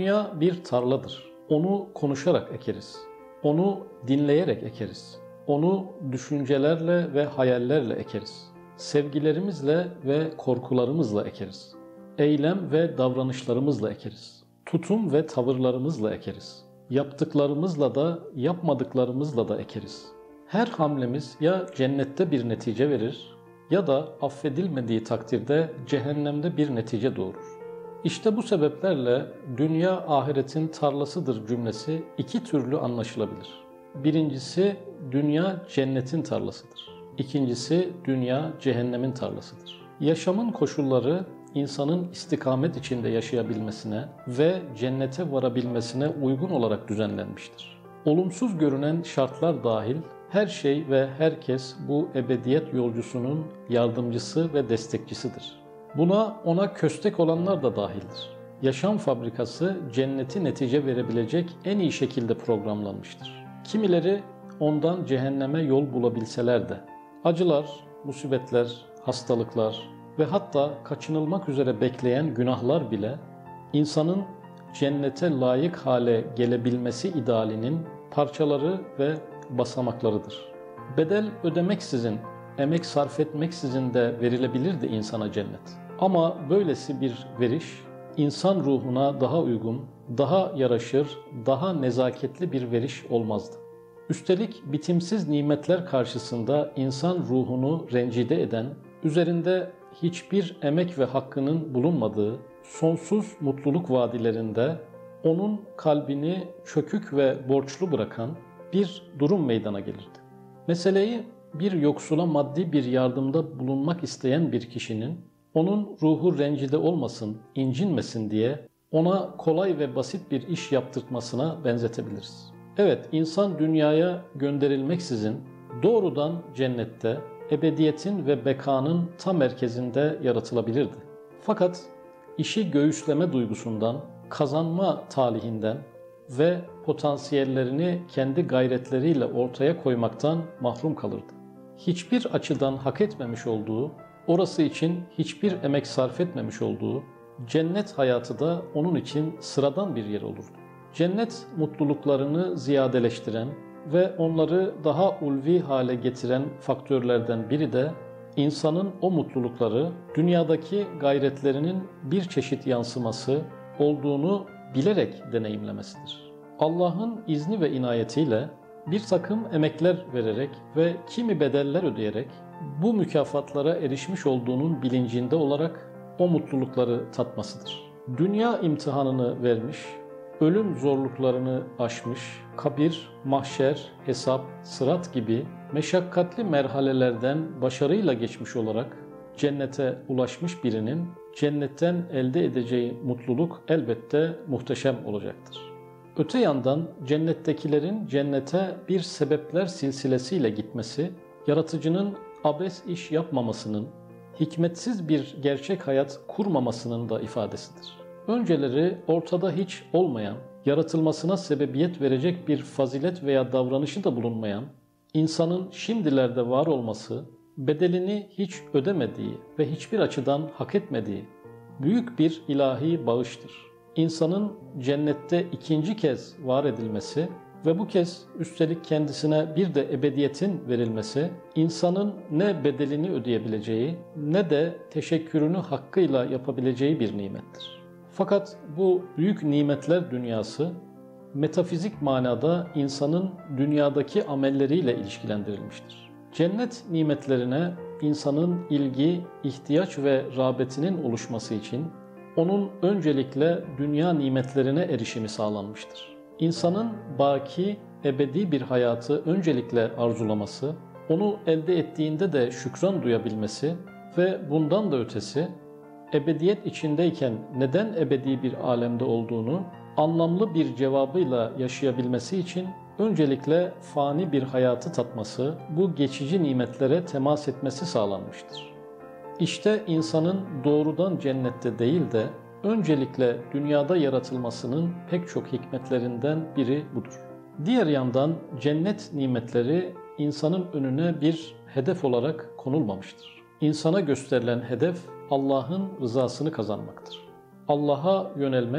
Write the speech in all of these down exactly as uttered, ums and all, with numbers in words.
Dünya bir tarladır. Onu konuşarak ekeriz. Onu dinleyerek ekeriz. Onu düşüncelerle ve hayallerle ekeriz. Sevgilerimizle ve korkularımızla ekeriz. Eylem ve davranışlarımızla ekeriz. Tutum ve tavırlarımızla ekeriz. Yaptıklarımızla da yapmadıklarımızla da ekeriz. Her hamlemiz ya cennette bir netice verir ya da affedilmediği takdirde cehennemde bir netice doğurur. İşte bu sebeplerle dünya ahiretin tarlasıdır cümlesi iki türlü anlaşılabilir. Birincisi dünya cennetin tarlasıdır. İkincisi dünya cehennemin tarlasıdır. Yaşamın koşulları insanın istikamet içinde yaşayabilmesine ve cennete varabilmesine uygun olarak düzenlenmiştir. Olumsuz görünen şartlar dahil her şey ve herkes bu ebediyet yolcusunun yardımcısı ve destekçisidir. Buna ona köstek olanlar da dahildir. Yaşam fabrikası cenneti netice verebilecek en iyi şekilde programlanmıştır. Kimileri ondan cehenneme yol bulabilseler de acılar, musibetler, hastalıklar ve hatta kaçınılmak üzere bekleyen günahlar bile insanın cennete layık hale gelebilmesi idealinin parçaları ve basamaklarıdır. Bedel ödemeksizin, emek sarf etmeksizin de verilebilirdi insana cennet. Ama böylesi bir veriş, insan ruhuna daha uygun, daha yaraşır, daha nezaketli bir veriş olmazdı. Üstelik bitimsiz nimetler karşısında insan ruhunu rencide eden, üzerinde hiçbir emek ve hakkının bulunmadığı sonsuz mutluluk vadilerinde onun kalbini çökük ve borçlu bırakan bir durum meydana gelirdi. Meseleyi bir yoksula maddi bir yardımda bulunmak isteyen bir kişinin onun ruhu rencide olmasın, incinmesin diye ona kolay ve basit bir iş yaptırtmasına benzetebiliriz. Evet, insan dünyaya gönderilmeksizin doğrudan cennette, ebediyetin ve bekanın tam merkezinde yaratılabilirdi. Fakat işi göğüsleme duygusundan, kazanma talihinden ve potansiyellerini kendi gayretleriyle ortaya koymaktan mahrum kalırdı. Hiçbir açıdan hak etmemiş olduğu, orası için hiçbir emek sarf etmemiş olduğu cennet hayatı da onun için sıradan bir yer olurdu. Cennet mutluluklarını ziyadeleştiren ve onları daha ulvi hale getiren faktörlerden biri de insanın o mutlulukları dünyadaki gayretlerinin bir çeşit yansıması olduğunu bilerek deneyimlemesidir. Allah'ın izni ve inayetiyle bir takım emekler vererek ve kimi bedeller ödeyerek bu mükafatlara erişmiş olduğunun bilincinde olarak o mutlulukları tatmasıdır. Dünya imtihanını vermiş, ölüm zorluklarını aşmış, kabir, mahşer, hesap, sırat gibi meşakkatli merhalelerden başarıyla geçmiş olarak cennete ulaşmış birinin cennetten elde edeceği mutluluk elbette muhteşem olacaktır. Öte yandan cennettekilerin cennete bir sebepler silsilesiyle gitmesi, yaratıcının abes iş yapmamasının, hikmetsiz bir gerçek hayat kurmamasının da ifadesidir. Önceleri ortada hiç olmayan, yaratılmasına sebebiyet verecek bir fazilet veya davranışı da bulunmayan, insanın şimdilerde var olması, bedelini hiç ödemediği ve hiçbir açıdan hak etmediği büyük bir ilahi bağıştır. İnsanın cennette ikinci kez var edilmesi ve bu kez üstelik kendisine bir de ebediyetin verilmesi, insanın ne bedelini ödeyebileceği ne de teşekkürünü hakkıyla yapabileceği bir nimettir. Fakat bu büyük nimetler dünyası, metafizik manada insanın dünyadaki amelleriyle ilişkilendirilmiştir. Cennet nimetlerine insanın ilgi, ihtiyaç ve rağbetinin oluşması için onun öncelikle dünya nimetlerine erişimi sağlanmıştır. İnsanın baki, ebedi bir hayatı öncelikle arzulaması, onu elde ettiğinde de şükran duyabilmesi ve bundan da ötesi, ebediyet içindeyken neden ebedi bir alemde olduğunu anlamlı bir cevabıyla yaşayabilmesi için öncelikle fani bir hayatı tatması, bu geçici nimetlere temas etmesi sağlanmıştır. İşte insanın doğrudan cennette değil de öncelikle dünyada yaratılmasının pek çok hikmetlerinden biri budur. Diğer yandan cennet nimetleri insanın önüne bir hedef olarak konulmamıştır. İnsana gösterilen hedef Allah'ın rızasını kazanmaktır. Allah'a yönelmek,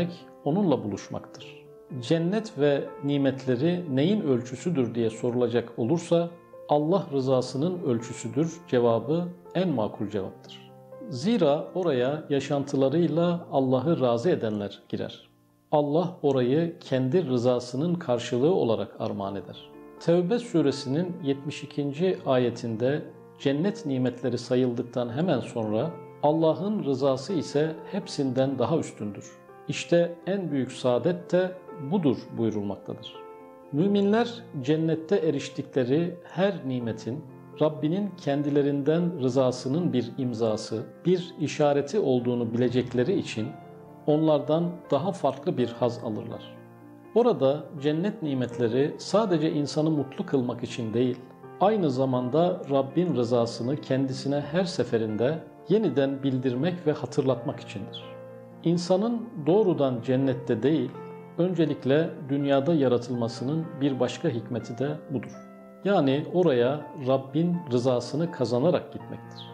onunla buluşmaktır. Cennet ve nimetleri neyin ölçüsüdür diye sorulacak olursa, Allah rızasının ölçüsüdür cevabı en makul cevaptır. Zira oraya yaşantılarıyla Allah'ı razı edenler girer. Allah orayı kendi rızasının karşılığı olarak armağan eder. Tevbe suresinin yetmiş ikinci ayetinde cennet nimetleri sayıldıktan hemen sonra Allah'ın rızası ise hepsinden daha üstündür. İşte en büyük saadet de budur buyurulmaktadır. Müminler cennette eriştikleri her nimetin Rabbinin kendilerinden rızasının bir imzası, bir işareti olduğunu bilecekleri için onlardan daha farklı bir haz alırlar. Orada cennet nimetleri sadece insanı mutlu kılmak için değil, aynı zamanda Rabbin rızasını kendisine her seferinde yeniden bildirmek ve hatırlatmak içindir. İnsanın doğrudan cennette değil, öncelikle dünyada yaratılmasının bir başka hikmeti de budur. Yani oraya Rabbin rızasını kazanarak gitmektir.